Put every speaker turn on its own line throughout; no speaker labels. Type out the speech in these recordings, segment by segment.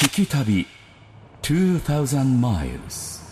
聞き旅2000 miles。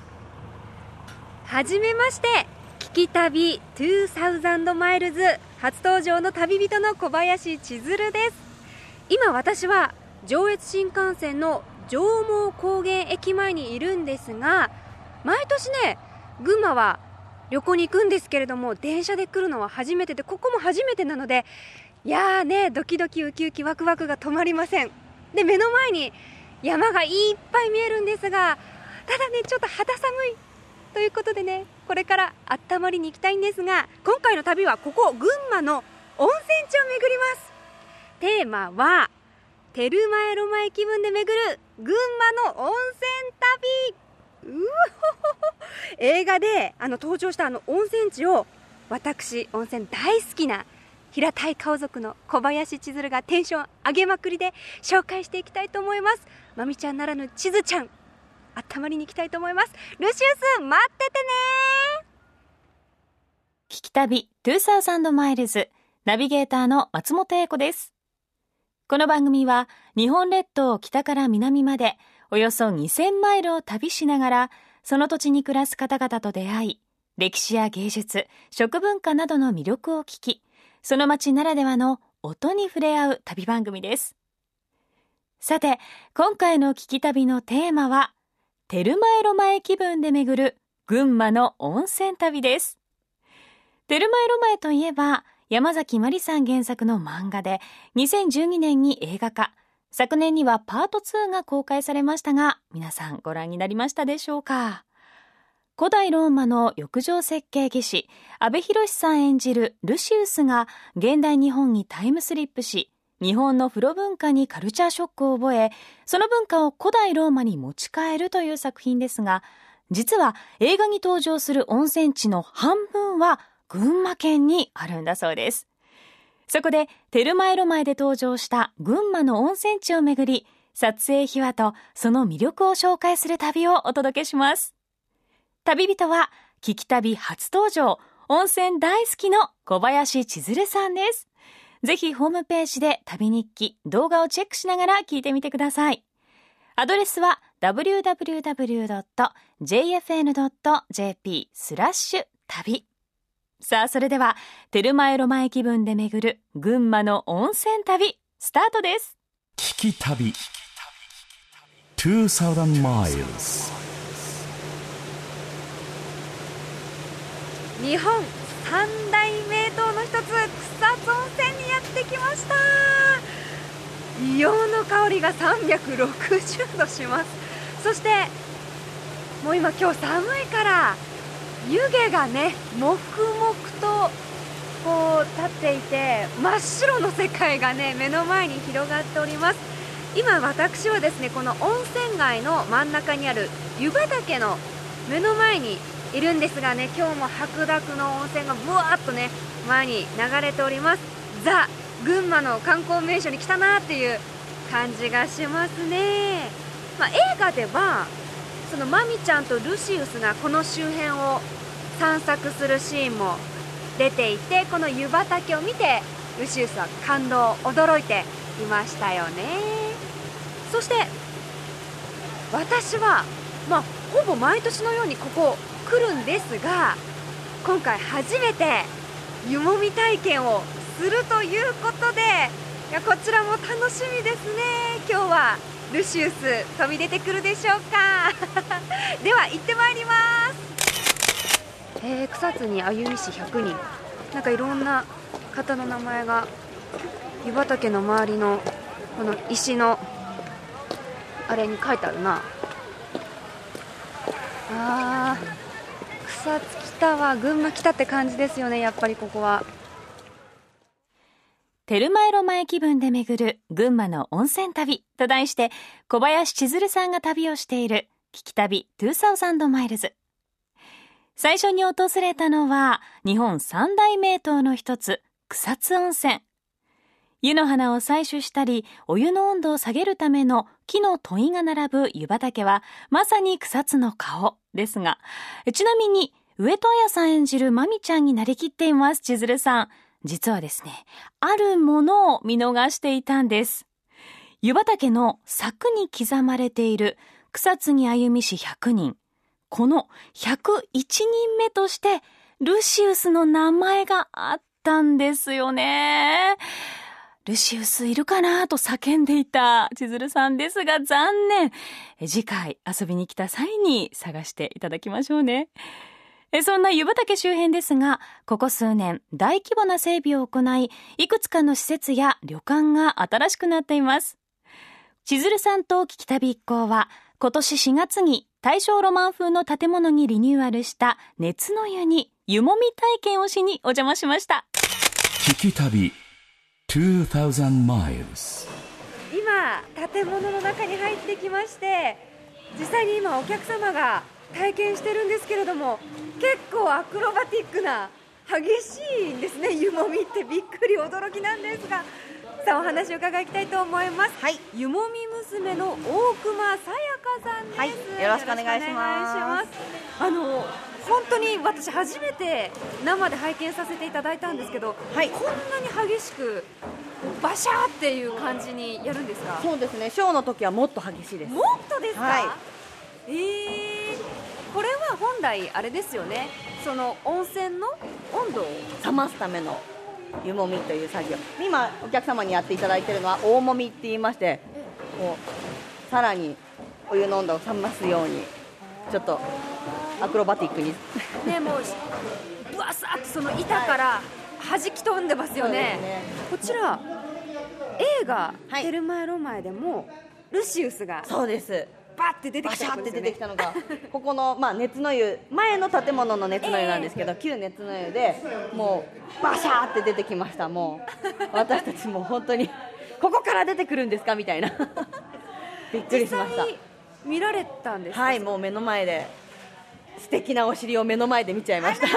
はじめまして、聞き旅2000マイルズ初登場の旅人の小林千鶴です。今私は上越新幹線の上毛高原駅前にいるんですが、毎年ね群馬は旅行に行くんですけれども、電車で来るのは初めてで、ここも初めてなので、いやーね、ドキドキウキウキワクワクが止まりません。で、目の前に山がいっぱい見えるんですが、ただねちょっと肌寒いということでね、これから温まりに行きたいんですが、今回の旅はここ群馬の温泉地を巡ります。テーマはテルマエロマエ気分で巡る群馬の温泉旅。映画で登場した温泉地を、私温泉大好きな平たい顔族の小林千鶴がテンション上げまくりで紹介していきたいと思います。まみちゃんならぬ千鶴ちゃん、温まりに行きたいと思います。ルシウス待っててね。
聞き旅2000マイルズ、ナビゲーターの松本英子です。この番組は日本列島を北から南までおよそ2000マイルを旅しながら、その土地に暮らす方々と出会い、歴史や芸術、食文化などの魅力を聞き、その街ならではの音に触れ合う旅番組です。さて、今回の聞き旅のテーマはテルマエロマエ気分で巡る群馬の温泉旅です。テルマエロマエといえば山崎まりさん原作の漫画で2012年に映画化、昨年にはパート2が公開されましたが、皆さんご覧になりましたでしょうか。古代ローマの浴場設計技師阿部寛さん演じるルシウスが現代日本にタイムスリップし、日本の風呂文化にカルチャーショックを覚え、その文化を古代ローマに持ち帰るという作品ですが、実は映画に登場する温泉地の半分は群馬県にあるんだそうです。そこでテルマエロマエで登場した群馬の温泉地をめぐり、撮影秘話とその魅力を紹介する旅をお届けします。旅人は聞き旅初登場、温泉大好きの小林千鶴さんです。ぜひホームページで旅日記、動画をチェックしながら聞いてみてください。アドレスは www.jfn.jp/旅。さあ、それではテルマエロマエ気分で巡る群馬の温泉旅スタートです。
聞き旅2000 miles。
日本三大名湯の一つ、草津温泉にやってきました。硫黄の香りが360度します。そしてもう今日寒いから湯気がね黙々とこう立っていて、真っ白の世界がね目の前に広がっております。今私はですね、この温泉街の真ん中にある湯畑の目の前にいるんですがね、今日も白濁の温泉がブワーっとね前に流れております。ザ・群馬の観光名所に来たなっていう感じがしますね。映画ではそのマミちゃんとルシウスがこの周辺を散策するシーンも出ていて、この湯畑を見てルシウスは感動、驚いていましたよね。そして私はほぼ毎年のようにここ来るんですが、今回初めて湯もみ体験をするということで、こちらも楽しみですね。今日はルシウス飛び出てくるでしょうか。では行ってまいります。草津に歩み師100人、なんかいろんな方の名前が湯畑の周りのこの石のあれに書いてあるな。草津来たわ、群馬来たって感じですよね。やっぱりここは
テルマエロマエ気分で巡る群馬の温泉旅と題して、小林千鶴さんが旅をしている聞き旅2000マイルズ。最初に訪れたのは日本三大名湯の一つ、草津温泉。湯の花を採取したり、お湯の温度を下げるための木の戸井が並ぶ湯畑はまさに草津の顔ですが、ちなみに上戸彩さん演じるまみちゃんになりきっています。千鶴さん、実はですね、あるものを見逃していたんです。 湯畑の柵に刻まれている草津歩氏100人、この101人目としてルシウスの名前があったんですよね。ルシウスいるかなと叫んでいた千鶴さんですが、残念。次回遊びに来た際に探していただきましょうね。そんな湯畑周辺ですが、ここ数年大規模な整備を行い、いくつかの施設や旅館が新しくなっています。千鶴さんと聞き旅一行は今年4月に大正ロマン風の建物にリニューアルした熱の湯に湯もみ体験をしにお邪魔しました。
聞き旅2000 miles。
今建物の中に入ってきまして、実際に今お客様が体験してるんですけれども、結構アクロバティックな激しいんですね。湯もみってびっくり驚きなんですが、さあお話を伺いたいと思います。
はい、
湯もみ娘の大熊さやかさんです。
はい、よろしくお願いします。
本当に私初めて生で拝見させていただいたんですけど、
はい、
こんなに激しくバシャーっていう感じにやるんですか？
そうですね、ショーの時はもっと激しいです。
もっとですか？
はい、
これは本来あれですよね、その温泉の温度を
冷ますための湯もみという作業。今お客様にやっていただいているのは大もみって言いまして、こうさらにお湯の温度を冷ますようにちょっとアクロバティックに
ね、もうぶわさっとその板から弾き飛んでますよね。
ね、
こちら映画テルマエロマエでもルシウスが
そうです
バッて出てきたんですよね。
バシャって出てきたのがここの、熱の湯、前の建物の熱の湯なんですけど、旧熱の湯でもうバシャーって出てきました。もう私たちも本当にここから出てくるんですかみたいなびっくりしました。
実際見られたんですか？
はい、もう目の前で素敵なお尻を目の前で見ちゃいました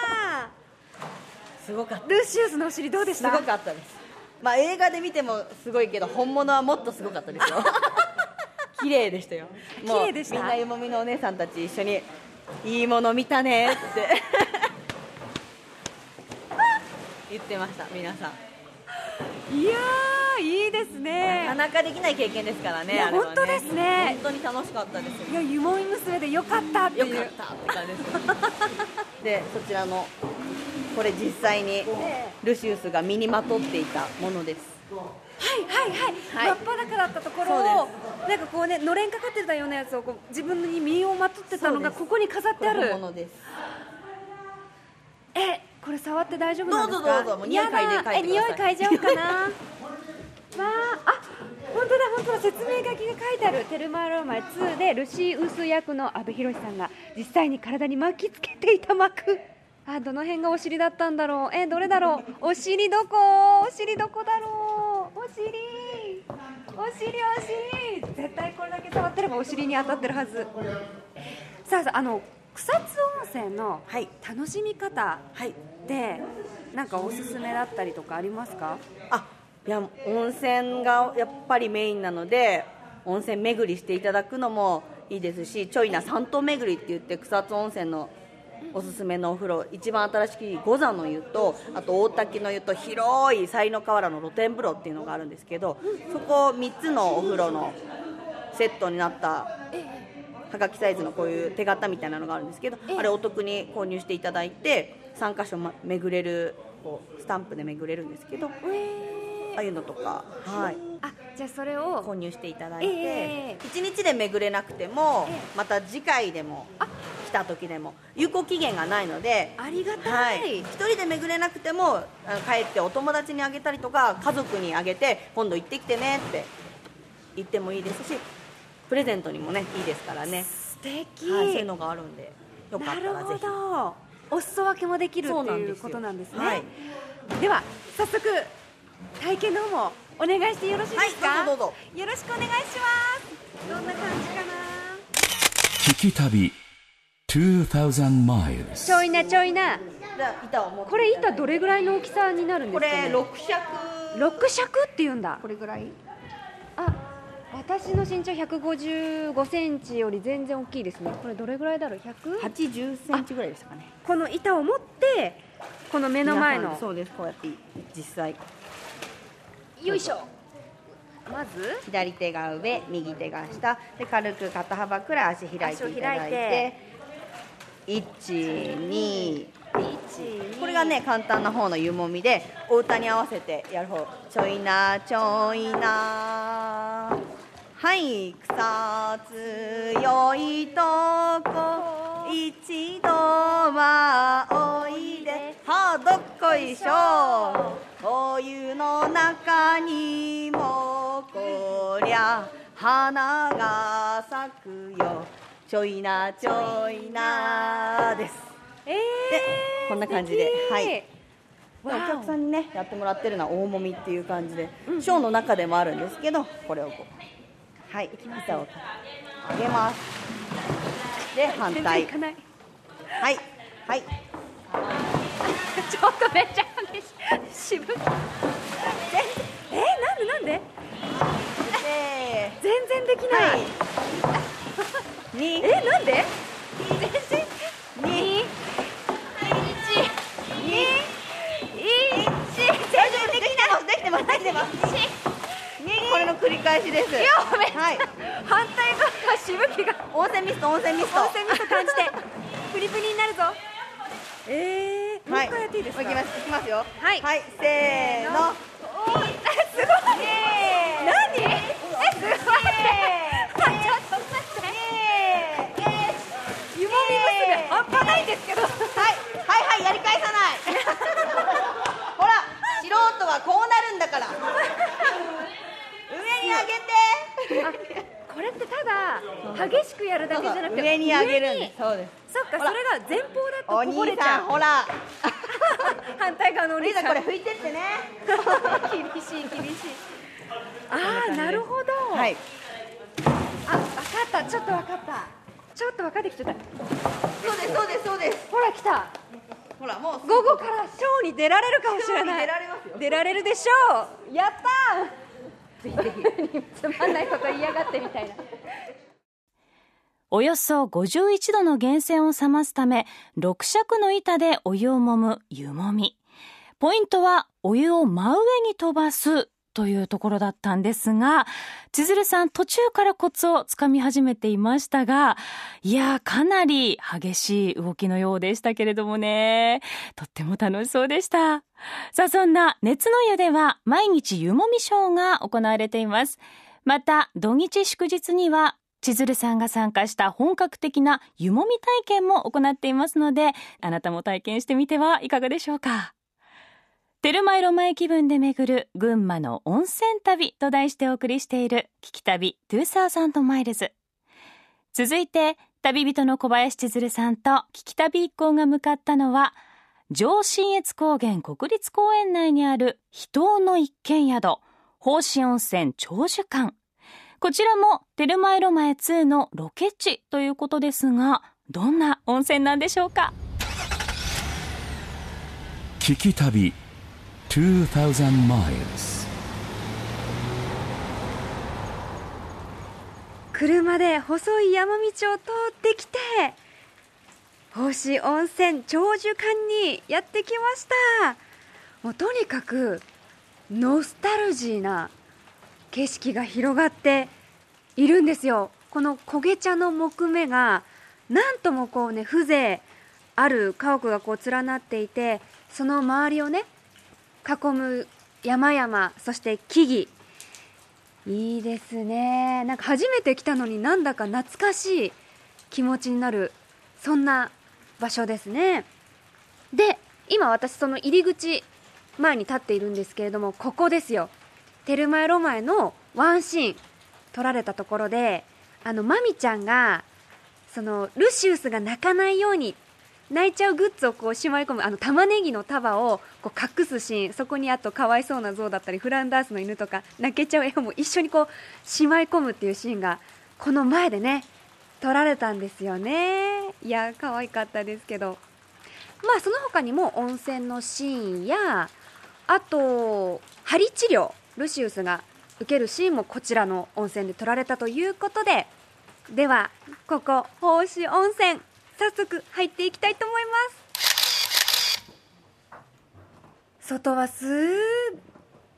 すごかった。
ルシウスのお尻どうでした？
すごかったです。映画で見てもすごいけど本物はもっとすごかったですよ綺麗でしたよ。もう
綺麗でした。
みんな湯もみのお姉さんたち一緒にいいもの見たねって言ってました。皆さん
いやーいいですね。
なかなかできない経験ですからね。
いや
あれはね、
本当ですね。
本当に楽しかったです。
いや湯もみ娘でよかったっていう。
よかったって感じですでそちらのこれ実際にルシウスが身にまとっていたものです。
はいはいはい、真っ裸だったところをなんかこうね、のれんかかってたようなやつをこう自分に身をまとってたのがここに飾ってある
ものです。
これ触って大丈夫なんですか？
どうぞもう匂い嗅いでください。
匂い嗅いじゃおうかな本当だ説明書きが書いてある。テルマエロマエ2でルシウス役の阿部寛さんが実際に体に巻きつけていた膜、どの辺がお尻だったんだろう。どれだろう。お尻どこだろう。お尻絶対これだけ触ってればお尻に当たってるはず。さあ草津温泉の楽しみ方ってなんかおすすめだったりとかありますか？
いや温泉がやっぱりメインなので温泉巡りしていただくのもいいですし、ちょいな三島巡りって言って草津温泉のおすすめのお風呂、一番新しい五座の湯とあと大滝の湯と広い犀の河原の露天風呂っていうのがあるんですけど、そこ3つのお風呂のセットになったはがきサイズのこういう手形みたいなのがあるんですけど、あれお得に購入していただいて3カ所巡れる、こうスタンプで巡れるんですけど、ああいうのとか、
じゃあそれを
購入していただいて、1日で巡れなくてもまた次回でも来た時でも有効期限がないので
ありがたい、
1人で巡れなくても帰ってお友達にあげたりとか家族にあげて今度行ってきてねって言ってもいいですし、プレゼントにもねいいですからね。
素敵、
そういうのがあるんでよかったらぜひ。
なるほど、お裾分けもできるっていうことなんですね。では早速体験の方もお願いしてよろしいですか？
どうぞ
よろしくお願いします。どんな感じかな。
聞き旅2000 miles。
ちょいな
板を持って、
これ板どれぐらいの大きさになるんですかね？
これ
6尺っていうんだ。
これぐらい。
私の身長155センチより全然大きいですね。これどれぐらいだろう。
180センチぐらいでしたかね。
この板を持ってこの目の前の、
そうです、こうやって実際
よいしょ。 まず
左手が上、右手が下で、軽く肩幅くらい足開いていただいて、1、2、これがね簡単な方の湯もみで、お歌に合わせてやる方、ちょいなちょいな、はい、草強いとこ一度はおいで、はあどっこいしょ、お湯の中にもこりゃ花が咲くよ、ちょいなちょいなです。でこんな感じで、はい、お客さんにねやってもらってるのは大もみっていう感じで、ショーの中でもあるんですけど、これをこう、はい、板を上げます。で反対、はいはい
ちょっとめっちゃ激しい、渋い。なんで全然できない、
はい、
なんで
全然できてますこれの繰り返しです。はい、
反対側しぶきが、
温泉ミスト感じて
プニプニになるぞ。もう一回やっていいですか。
いきますよ。
はい、
せーの。
すごい。何？すごい。ちょっと待って。湯もみ娘半端ないんですけど。
はいやり返さないほら素人はこうなるんだから上に上げて
これってただ激しくやるだけじゃなくて、
上に上げるんです。そうです。
そっか、それが前方だとこぼれちゃう。
ほら
反対側のお兄さん、
これ拭いてってね
厳しいなるほど。はい、分かった、ちょっと分かってきちゃった。
そうです。
ほら来た。
ほらもう
午後からショーに出られるかもしれない。
出られますよ。
出られるでしょう。やったー。ぜひつまんないこと言いやがってみたいな。
およそ51度の源泉を冷ますため、6尺の板でお湯を揉む湯もみ。ポイントはお湯を真上に飛ばすというところだったんですが、千鶴さん途中からコツをつかみ始めていましたが、いやかなり激しい動きのようでしたけれどもね、とっても楽しそうでした。さあ、そんな熱の湯では毎日湯もみショーが行われています。また土日祝日には千鶴さんが参加した本格的な湯もみ体験も行っていますので、あなたも体験してみてはいかがでしょうか。テルマエロマエ気分で巡る群馬の温泉旅と題してお送りしている聞き旅2000マイルズ。続いて旅人の小林千鶴さんと聞き旅一行が向かったのは、上信越高原国立公園内にある秘湯の一軒宿、宝志温泉長寿館。こちらもテルマエロマエ2のロケ地ということですが、どんな温泉なんでしょうか。
聞き旅2000 miles。
車で細い山道を通ってきて、宝志温泉長寿館にやってきました。もうとにかくノスタルジーな景色が広がっているんですよ。この焦げ茶の木目がなんともこうね、風情ある家屋がこう連なっていて、その周りをね囲む山々、そして木々、いいですね。なんか初めて来たのになんだか懐かしい気持ちになる、そんな場所ですね。で、今私その入り口前に立っているんですけれども、ここですよ。テルマエロマエのワンシーン撮られたところで、マミちゃんがそのルシウスが泣かないように泣いちゃうグッズをこうしまい込む、玉ねぎの束をこう隠すシーン、そこにあとかわいそうな象だったりフランダースの犬とか泣けちゃう絵も一緒にこうしまい込むっていうシーンがこの前でね撮られたんですよね。いや可愛かったですけど、まあその他にも温泉のシーンや、あと針治療、ルシウスが受けるシーンもこちらの温泉で撮られたということで、ではここ宝志温泉早速入っていきたいと思います。外はすっ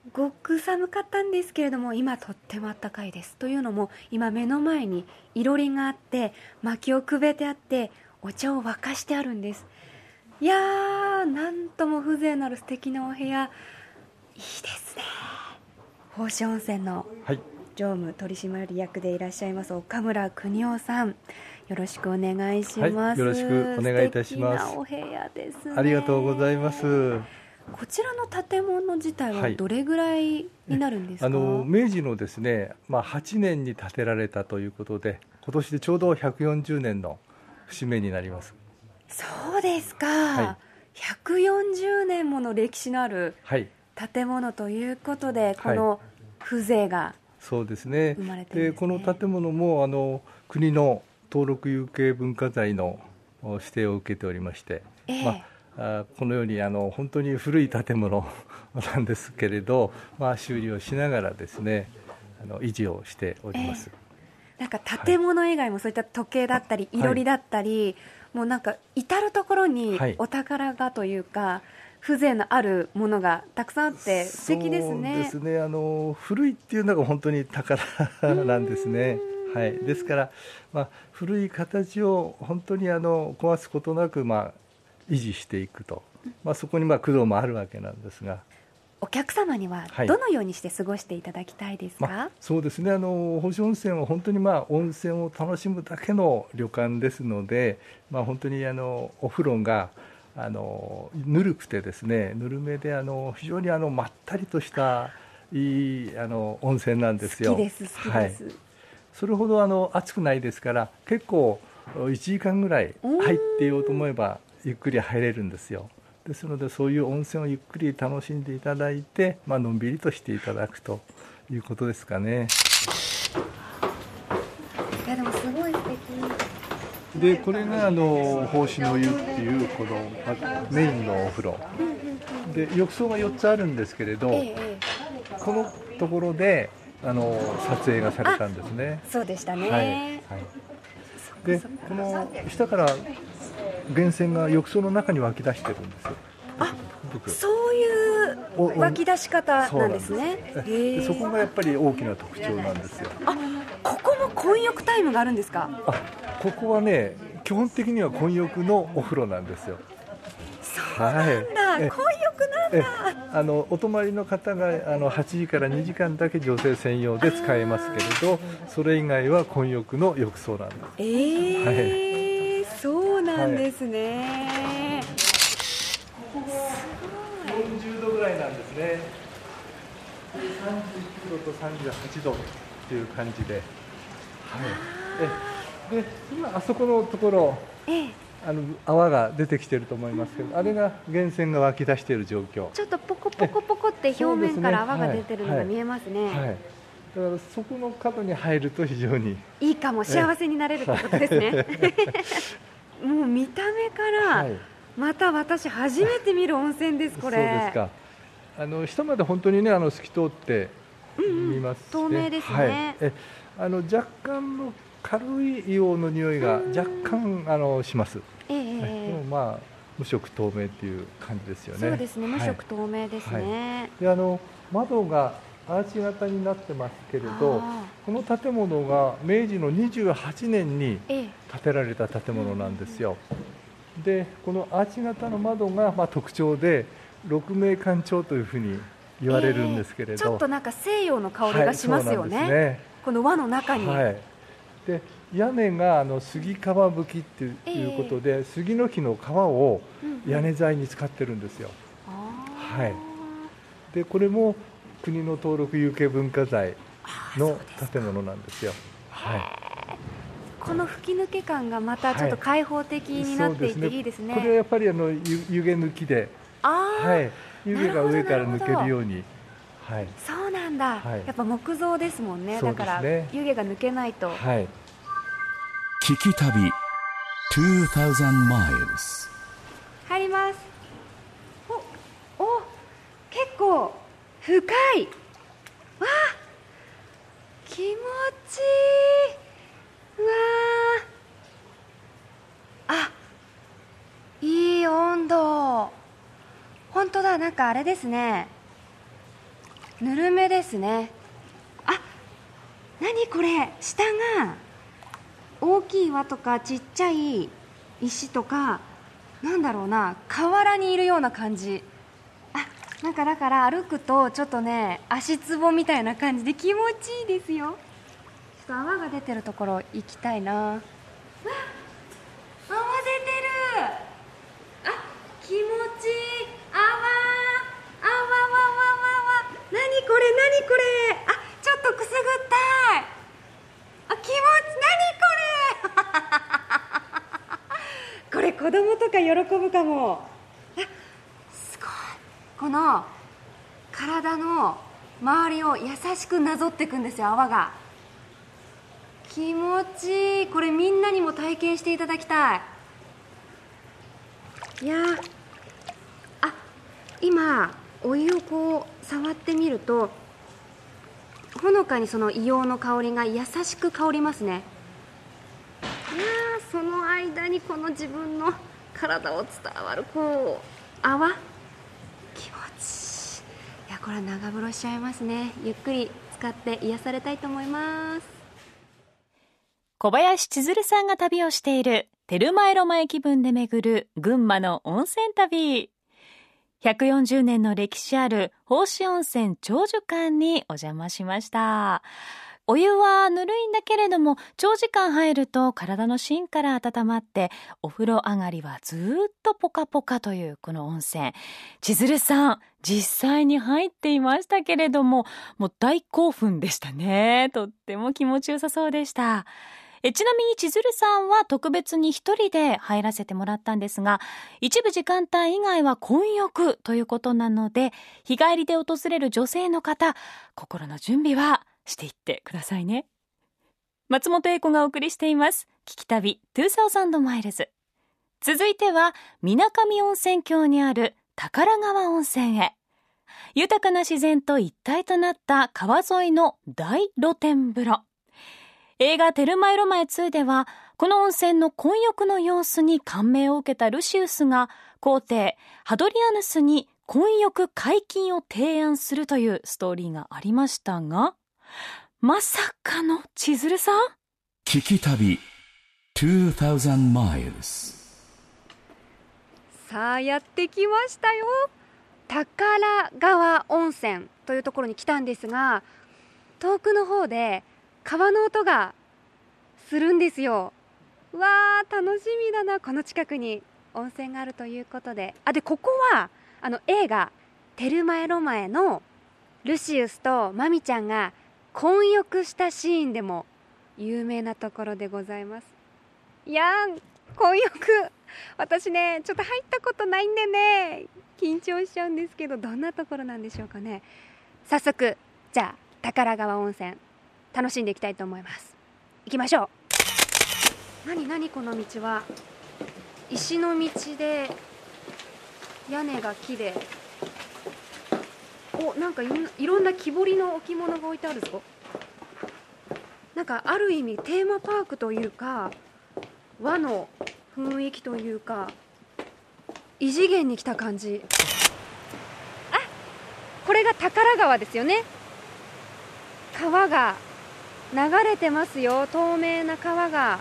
ごく寒かったんですけれども、今とっても暖かいです。というのも、今目の前にいろりがあって、薪をくべてあって、お茶を沸かしてあるんです。いやー、なんとも風情のある素敵なお部屋、いいですね。宝志温泉の常務取締役でいらっしゃいます岡村邦夫さん、よろしくお願いします。
よろしくお願いいたします。
素敵なお部屋ですね。
ありがとうございます。
こちらの建物自体はどれぐらいになるんですか？
明治のですね、8年に建てられたということで、今年でちょうど140年の節目になります。
そうですか、140年もの歴史のある建物ということで、この風情が
そうですね。
生まれてるんですね。
でこの建物も国の登録有形文化財の指定を受けておりまして、このように本当に古い建物なんですけれど、修理をしながらですね、維持をしております。
なんか建物以外もそういった時計だったり、いろりだったり、もうなんか至る所にお宝がというか、風情のあるものがたくさんあって素敵ですね。
そうですね。古いっていうのが本当に宝なんですね。ですから、古い形を本当に壊すことなく、維持していくと、そこに苦労もあるわけなんですが、
お客様にはどのようにして過ごしていただきたいですか？
そうですね。宝志温泉は本当に温泉を楽しむだけの旅館ですので、本当にお風呂がぬるくてですね、ぬるめで非常にまったりとしたいい温泉なんですよ。
好きです。
それほど暑くないですから、結構1時間ぐらい入っていようと思えばゆっくり入れるんですよ。ですので、そういう温泉をゆっくり楽しんでいただいて、のんびりとしていただくということですかね。
いや、でもすごい素敵
で、これが宝志の湯っていうこのメインのお風呂で、浴槽が4つあるんですけれど、このところで撮影がされたんですね。
そうでしたね。
で、この下から源泉が浴槽の中に湧き出してるんですよ。
そういう湧き出し方なんですね。
でそこがやっぱり大きな特徴なんですよ。
ここも混浴タイムがあるんですか？
ここはね、基本的には混浴のお風呂なんですよ。
そうなんだ、混浴なんだ。
お泊まりの方が8時から2時間だけ女性専用で使えますけれど、それ以外は混浴の浴槽なんです。
そうなんですね。
40度ぐらいなんですね。39度と38度という感じで、で今あそこのところ、泡が出てきていると思いますけど、あれが源泉が湧き出している状況。
ちょっとポコポコポコって表面から泡が出てるのが見えますね。
だからそこの角に入ると非常に
いいかも、幸せになれるってことですね。もう見た目からまた私初めて見る温泉です。これ。そうですか。
下まで本当にね透き通って見ますね。
透明ですね。
若干の軽い硫黄の匂いが若干します。でも無色透明っていう感じですよね。
そうですね、無色透明ですね。
で窓がアーチ型になってますけれど、この建物が明治の28年に建てられた建物なんですよ。でこのアーチ型の窓が特徴で、鹿鳴館長というふうに言われるんですけれど、
ちょっとなんか西洋の香りがしますよね。この輪の中に。
で屋根が杉皮葺きっていうことで、杉の木の皮を屋根材に使ってるんですよ。でこれも国の登録有形文化財の建物なんですよ。
この吹き抜け感がまたちょっと開放的になっていていいですね。
これはやっぱり湯気抜きで、湯気が上から抜けるように。
そうなんだ。やっぱ木造ですもんね。だから湯気が抜けないと。
聞き旅2000 miles。
入ります。結構深い。わあ、気持ちいい。うわあ、いい温度。本当だ、なんかあれですね、 ぬるめですね。あ、何これ、下が大きい岩とかちっちゃい石とか、なんだろうな、河原にいるような感じ。あ、なんかだから歩くとちょっとね、足つぼみたいな感じで気持ちいいですよ。ちょっと泡が出てるところ行きたいな。わ、泡出てる。あ、気持ちいい。泡何これ、何これ。あ、ちょっとくすぐったい。あ、気持ち、何これこれ子供とか喜ぶかも。あ、すごい。この体の周りを優しくなぞっていくんですよ、泡が。気持ちいい。これみんなにも体験していただきたい。いやー、あ、今お湯をこう触ってみると、ほのかにその硫黄の香りが優しく香りますね。いやー、その間にこの自分の体を伝わるこう泡、気持ちいい。いや、これは長風呂しちゃいますね。ゆっくり使って癒されたいと思います。
小林千鶴さんが旅をしているテルマエロマ駅分で巡る群馬の温泉旅。140年の歴史ある宝志温泉長寿館にお邪魔しました。お湯はぬるいんだけれども、長時間入ると体の芯から温まって、お風呂上がりはずっとポカポカというこの温泉。千鶴さん、実際に入っていましたけれども、もう大興奮でしたね。とっても気持ちよさそうでした。ちなみに千鶴さんは特別に一人で入らせてもらったんですが、一部時間帯以外は混浴ということなので、日帰りで訪れる女性の方、心の準備はしていってくださいね。松本英子がお送りしています聞き旅2000マイルズ。続いては水上温泉郷にある宝川温泉へ。豊かな自然と一体となった川沿いの大露天風呂。映画テルマエロマエ2では、この温泉の混浴の様子に感銘を受けたルシウスが皇帝ハドリアヌスに混浴解禁を提案するというストーリーがありましたが、まさかの千鶴さん、
聞き旅2000 miles。
さあ、やってきましたよ。宝川温泉というところに来たんですが、遠くの方で川の音がするんですよ。わー、楽しみだな。この近くに温泉があるということで。でここは映画テルマエロマエのルシウスとマミちゃんが混浴したシーンでも有名なところでございます。いやー、混浴、私ねちょっと入ったことないんでね、緊張しちゃうんですけど、どんなところなんでしょうかね。早速じゃあ宝川温泉楽しんでいきたいと思います。行きましょう。何この道は。石の道で、屋根が木で、なんかいろんな木彫りの置物が置いてあるぞ。なんかある意味テーマパークというか、和の雰囲気というか、異次元に来た感じ。これが宝川ですよね。川が流れてますよ。透明な川が。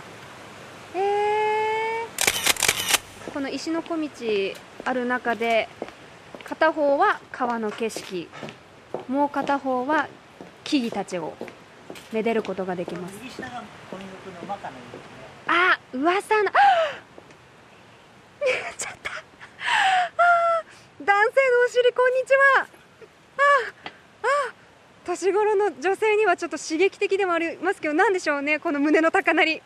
この石の小道ある中で、片方は川の景色、もう片方は木々たちをめでることができます。噂の見えちゃった。男性のお尻、こんにちは。年頃の女性にはちょっと刺激的でもありますけど、何でしょうね、この胸の高鳴り。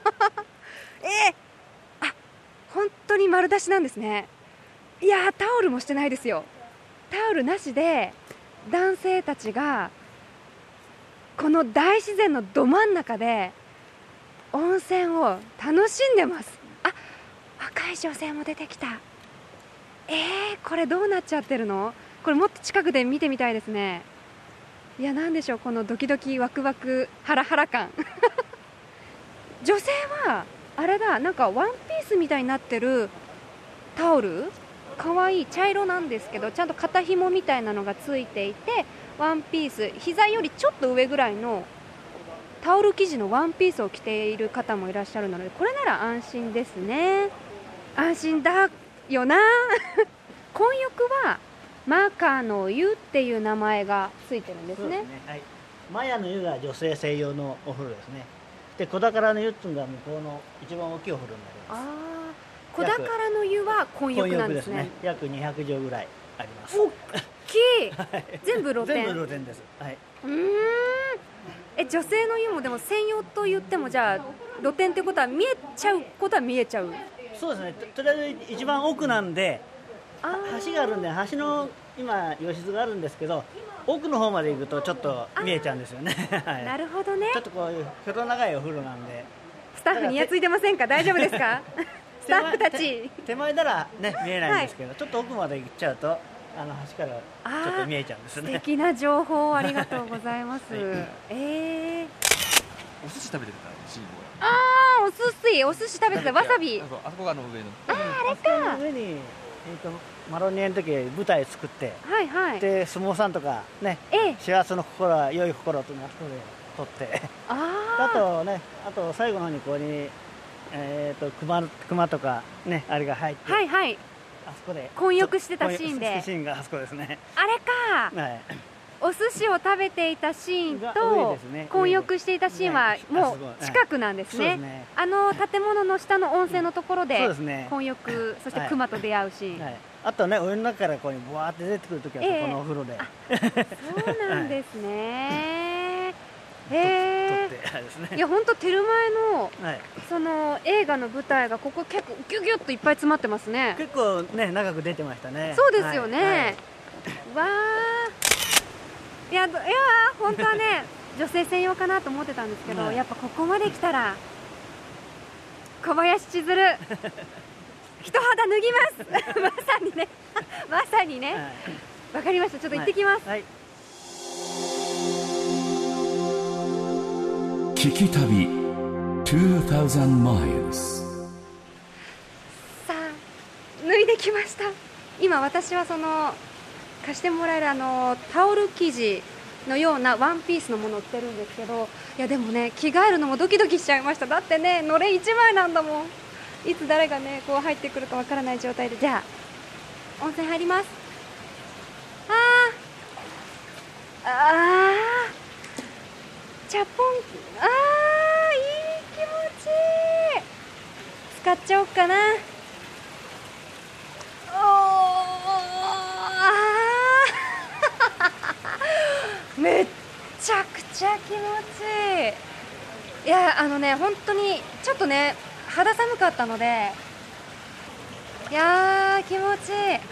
本当に丸出しなんですね。いやー、タオルもしてないですよ。タオルなしで男性たちがこの大自然のど真ん中で温泉を楽しんでます。若い女性も出てきた。これどうなっちゃってるの？これもっと近くで見てみたいですね。いや、なんでしょう、このドキドキワクワクハラハラ感。女性はあれだ、なんかワンピースみたいになってるタオル可愛い茶色なんですけど、ちゃんと肩紐みたいなのがついていて、ワンピース、膝よりちょっと上ぐらいのタオル生地のワンピースを着ている方もいらっしゃるので、これなら安心ですね。安心だよな混浴はマカの湯っていう名前がついてるんですね。
そうですね、はい、マヤの湯が女性専用のお風呂ですね。で小宝の湯っていうのが向こうの一番大きいお風呂になります。
小宝の湯は混浴なんですね。
約200畳ぐらいあります。
大きい全部露天。
全部露天です。はい。
女性の湯もでも専用と言っても、じゃあ露天ってことは見えちゃうことは見えちゃう。
そうですね、とりあえず一番奥なんで、橋があるんで、橋の今吉津があるんですけど、奥の方まで行くとちょっと見えちゃうんですよねはい、
なるほどね。
ちょっとこういう広長いお風呂なんで。
スタッフにやついてませんか？大丈夫ですかスタッフたち
手前ならね見えないんですけど、ちょっと奥まで行っちゃうと橋からちょっと見えちゃうんですね。
素敵な情報ありがとうございます、
お寿司食べてたらしい
お寿司食べてたわさび。
あそこが上の
あれか。
上にマロニエの時舞台作って、
はいはい、
で相撲さんとかね、幸せの心は良い心というのを撮ってあと最後の方にここに熊とかねあれが入って、
はいはい、
あそこで
混浴してたシーンで、
シーンがあそこですね。
あれか、はい、お寿司を食べていたシーンと混浴していたシーンはもう近くなんですね。建物の下の温泉のところで混浴、そして熊と出会うシーン、
あとねお湯の中からここにブワーって出てくるときはこのお風呂で、
そうなんですね。いや本当テルマエの、その映画の舞台がここ結構ギュギュッといっぱい詰まってますね。
結構ね長く出てましたね。
そうですよね、わー、いや本当はね女性専用かなと思ってたんですけど、やっぱここまで来たら小林千鶴一肌脱ぎますまさにねまさにね、わかりました。ちょっと行ってきます。
聞き旅 2000 miles。
さあ脱いできました。今私はその貸してもらえるタオル生地のようなワンピースのものを着てるんですけど、いやでもね着替えるのもドキドキしちゃいました。だってねのれん1枚なんだもん。いつ誰がねこう入ってくるかわからない状態で、じゃあ温泉入ります。チャポン、いい気持ちいい。使っちゃおうかな。めっちゃくちゃ気持ちいい。いや本当にちょっとね肌寒かったので、いやー気持ちいい。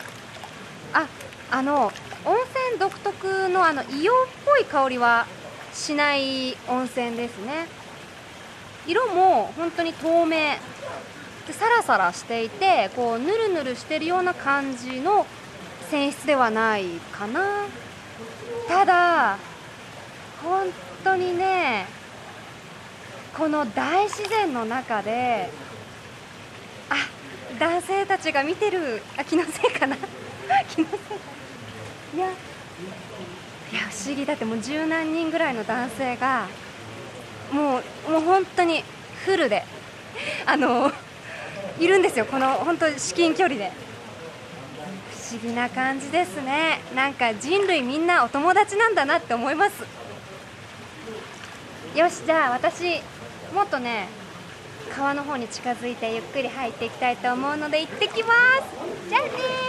温泉独特の硫黄っぽい香りはしない温泉ですね。色も本当に透明でサラサラしていて、こうヌルヌルしてるような感じの泉質ではないかな。ただ本当にねこの大自然の中で男性たちが見てる、気のせいかな気のせいかいや不思議。だってもう十何人ぐらいの男性がもう本当にフルでいるんですよ。この本当至近距離で。不思議な感じですね。なんか人類みんなお友達なんだなって思います。よし、じゃあ私もっとね川の方に近づいてゆっくり入っていきたいと思うので行ってきます。じゃあね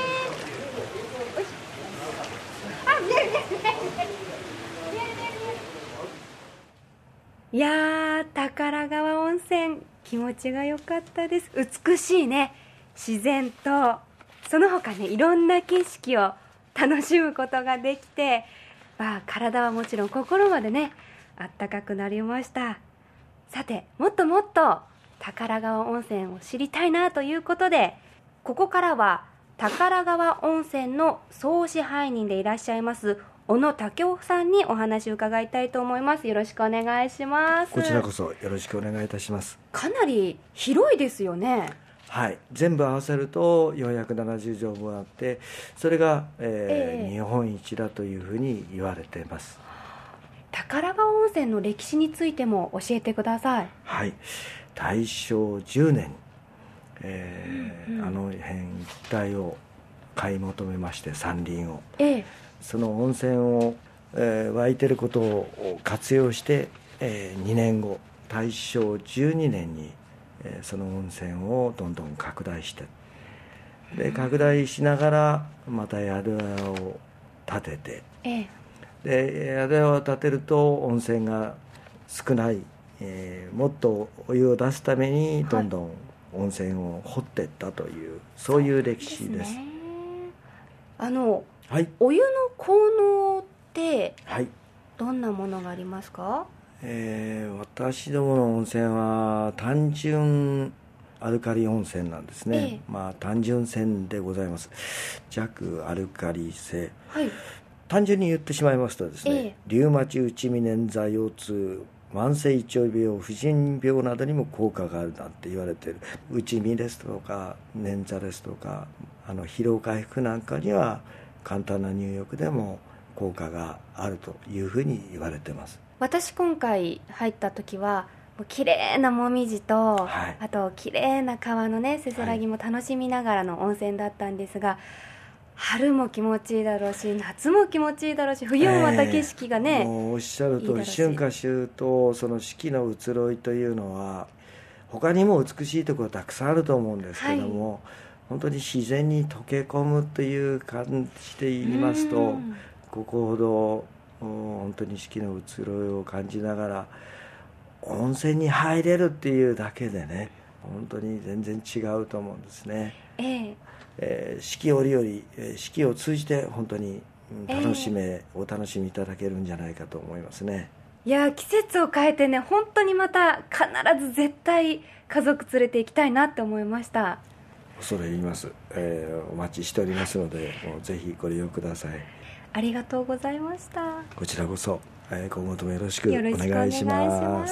いやー宝川温泉気持ちが良かったです。美しいね自然と、その他ねいろんな景色を楽しむことができて、体はもちろん心までねあったかくなりました。さてもっともっと宝川温泉を知りたいなということで、ここからは宝川温泉の総支配人でいらっしゃいます小野武夫さんにお話を伺いたいと思います。よろしくお願いします。
こちらこそよろしくお願いいたします。
かなり広いですよね。
はい、全部合わせると470畳分あって、それが、日本一だというふうに言われています。
宝川温泉の歴史についても教えてください。
はい、大正10年、あの辺一帯を買い求めまして、山林を、その温泉を、湧いてることを活用して、2年後大正12年に、その温泉をどんどん拡大して、で拡大しながらまた宿屋を建てて、で宿屋を建てると温泉が少ない、もっとお湯を出すためにどんどん温泉を掘っていったという、そういう歴史です。
はい、お湯の効能ってどんなものがありますか？
私どもの温泉は単純アルカリ温泉なんですね。単純泉でございます。弱アルカリ性、単純に言ってしまいますとですね、リウマチ、内身捻挫、腰痛、慢性胃腸病、婦人病などにも効果があるなんて言われている。内身ですとか捻挫ですとか、疲労回復なんかには簡単な入浴でも効果があるというふうに言われています。
私今回入った時は綺麗なもみじと、あと綺麗な川のねせせらぎも楽しみながらの温泉だったんですが、春も気持ちいいだろうし、夏も気持ちいいだろうし、冬もまた景色がね、
もうおっしゃるとおり、春夏秋冬、その四季の移ろいというのは他にも美しいところたくさんあると思うんですけども、本当に自然に溶け込むという感じで言いますと、ここほど本当に四季の移ろいを感じながら温泉に入れるっていうだけでね、本当に全然違うと思うんですね。四季折々、四季を通じて本当にお楽しみいただけるんじゃないかと思いますね。
いや季節を変えてね、本当にまた必ず絶対家族連れて行きたいなって思いました。
恐れ入ります、お待ちしておりますので、もうぜひご利用ください。
ありがとうございました。
こちらこそ、今後ともよろしくお願いします。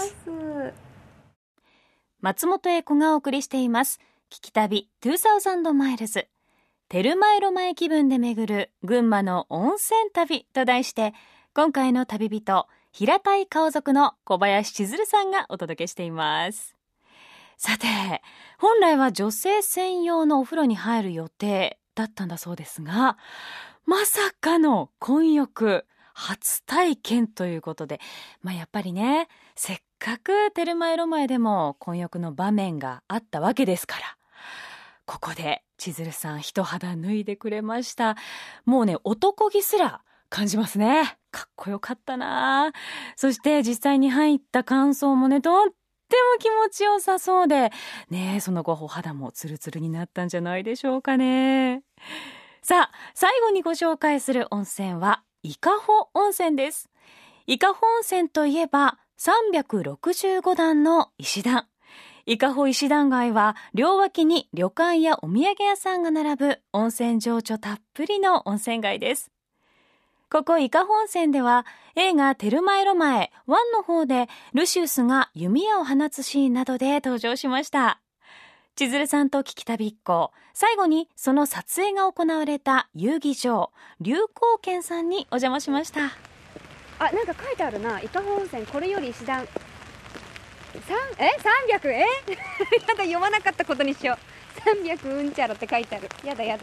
松本英子がお送りしています聞き旅2000マイルズ、テルマエロマエ気分で巡る群馬の温泉旅と題して、今回の旅人平たい顔族の小林千鶴さんがお届けしています。さて、本来は女性専用のお風呂に入る予定だったんだそうですが、まさかの混浴初体験ということで、やっぱりね、せっかくテルマエロマエでも混浴の場面があったわけですから、ここで千鶴さん一肌脱いでくれました。もうね、男気すら感じますね。かっこよかったな。そして実際に入った感想もね、とっても気持ちよさそうでね、その後お肌もツルツルになったんじゃないでしょうかね。さあ、最後にご紹介する温泉は伊香保温泉です。伊香保温泉といえば365段の石段。伊香保石段街は両脇に旅館やお土産屋さんが並ぶ温泉情緒たっぷりの温泉街です。ここ伊香保温泉では映画テルマエロマエ1の方でルシウスが弓矢を放つシーンなどで登場しました。千鶴さんと聞き旅一行、最後にその撮影が行われた遊技場龍光軒さんにお邪魔しました。
なんか書いてあるな、伊香保温泉これより石段300やだ、読まなかったことにしよう。300うんちゃらって書いてある。やだ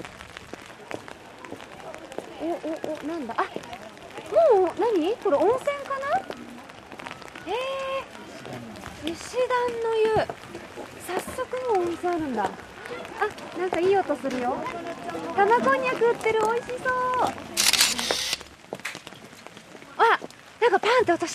なんだ、もう何これ温泉かな。石段の湯、早速もう温泉あるんだ。なんかいい音するよ。玉こんにゃく売ってる、美味しそう。なんかパンって落とした。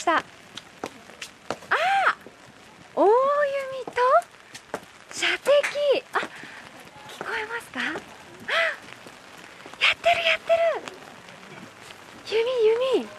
大弓と射的、聞こえますか。やってる弓。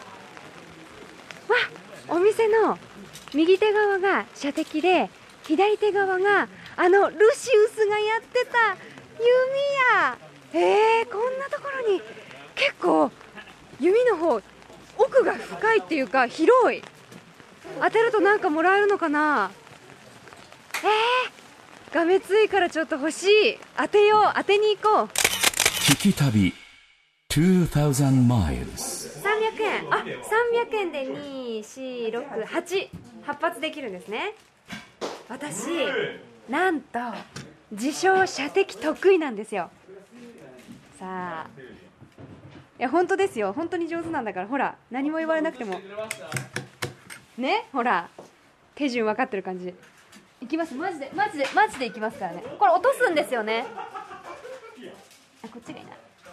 お店の右手側が射的で、左手側がルシウスがやってた弓矢。こんなところに結構弓の方奥が深いっていうか広い。当てるとなんかもらえるのかな。 がめついからちょっと欲しい。当てに行こう。
聞き旅2000 miles。
300円。あ、300円で2、4、6、8発できるんですね。私なんと自称射的得意なんですよ。さあ、いや本当ですよ、本当に上手なんだから。ほら、何も言われなくてもね、ほら手順分かってる感じ。いきます。マジでいきますからね。これ落とすんですよね。あ、こっちがいいな。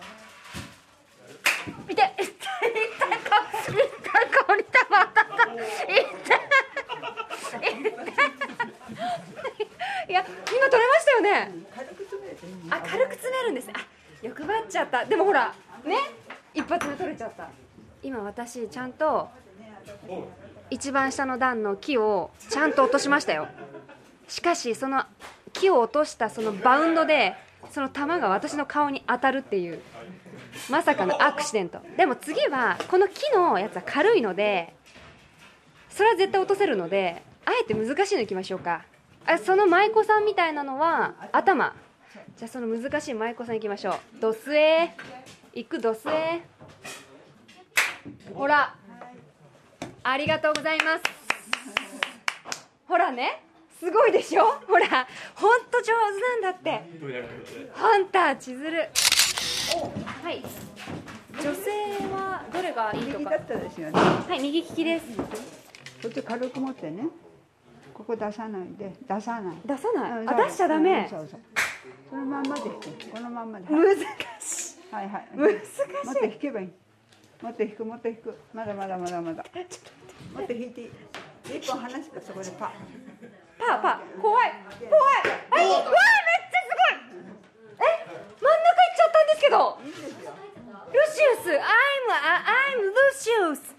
痛い降りたまたいや、今取れましたよね。軽く詰めるんですね。あ、欲張っちゃった。でもほらね、一発目取れちゃった。今私ちゃんと一番下の段の木をちゃんと落としましたよ。しかしその木を落としたそのバウンドでその球が私の顔に当たるっていうまさかのアクシデント。でも次はこの木のやつは軽いので、それは絶対落とせるので、あえて難しいのいきましょうか。その舞妓さんみたいなのは頭。じゃあその難しい舞妓さんいきましょう。ドスエー、いくドスエー。ほら、ありがとうございます。ほらね、すごいでしょ。ほら、ほんと上手なんだって。ハンター千鶴。はい、女性はどれがいいとか。右だったですよね。はい、右利きです。
こっち軽く持ってね、ここ出さないで、出さない、
あ、出しちゃダメ。
そうそのまんまで引く。このまんまで。
難しい。
はいはい、
難しい。
もっと引けばいい。もっと引く。まだもっと引いていい。一本離すか、そこでパ怖い。はい、うわ、めっちゃすごい。真ん中行っちゃったんですけど。
ルシウス、I'm Lucius.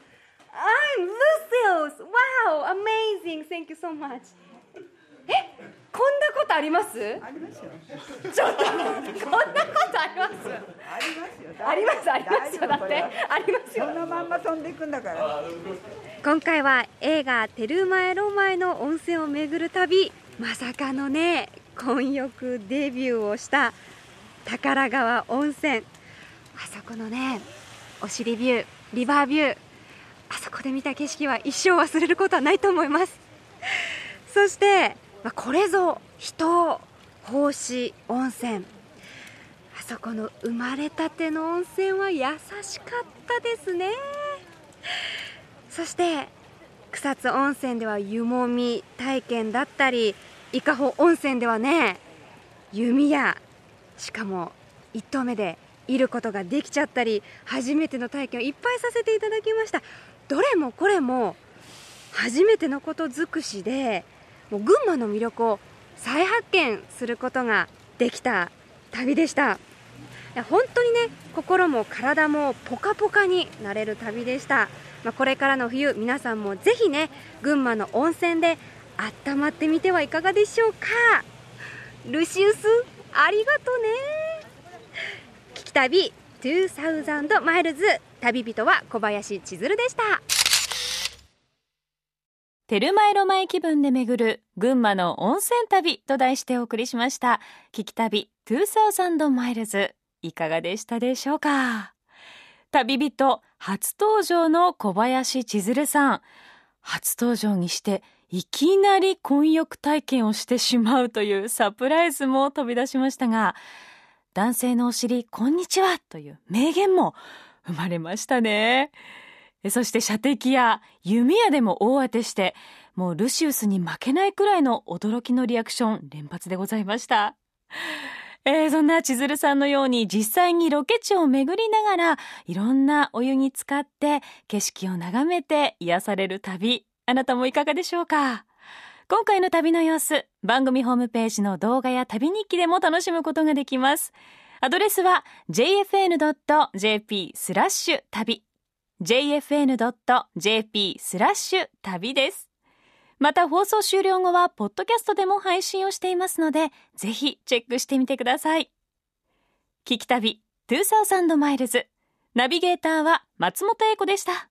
Wow, amazing. Thank you so much. こんなことあります？
ありますよ。
ちょっとこんなことあります？ありますよ。だってありますよ。
そのまんま飛んでいくんだから。
今回は映画テルマエ・ロマエの温泉を巡る旅、まさかのね、混浴デビューをした宝川温泉。あそこのね、お尻ビュー、リバービュー、あそこで見た景色は一生忘れることはないと思います。そしてこれぞ人奉仕温泉。あそこの生まれたての温泉は優しかったですね。そして草津温泉では湯もみ体験だったり、伊香保温泉ではね、弓矢、しかも1投目でいることができちゃったり、初めての体験をいっぱいさせていただきました。どれもこれも初めてのこと尽くしで、もう群馬の魅力を再発見することができた旅でした。本当にね、心も体もポカポカになれる旅でした。これからの冬、皆さんもぜひね、群馬の温泉で温まってみてはいかがでしょうか。ルシウス、ありがとね。聞き旅2000マイルズ、旅人は小林千鶴でした。
テルマエロマエ気分で巡る群馬の温泉旅と題してお送りしました。聞き旅2000マイルズ、いかがでしたでしょうか。旅人初登場の小林千鶴さん、初登場にしていきなり混浴体験をしてしまうというサプライズも飛び出しましたが、男性のお尻こんにちはという名言も生まれましたね。そして射的や弓矢でも大当てして、もうルシウスに負けないくらいの驚きのリアクション連発でございました。そんな千鶴さんのように実際にロケ地を巡りながらいろんなお湯に浸かって景色を眺めて癒される旅、あなたもいかがでしょうか。今回の旅の様子、番組ホームページの動画や旅日記でも楽しむことができます。アドレスは jfn.jp/旅、jfn.jp/旅 です。また放送終了後はポッドキャストでも配信をしていますので、ぜひチェックしてみてください。聞き旅2000マイルズ、ナビゲーターは松本英子でした。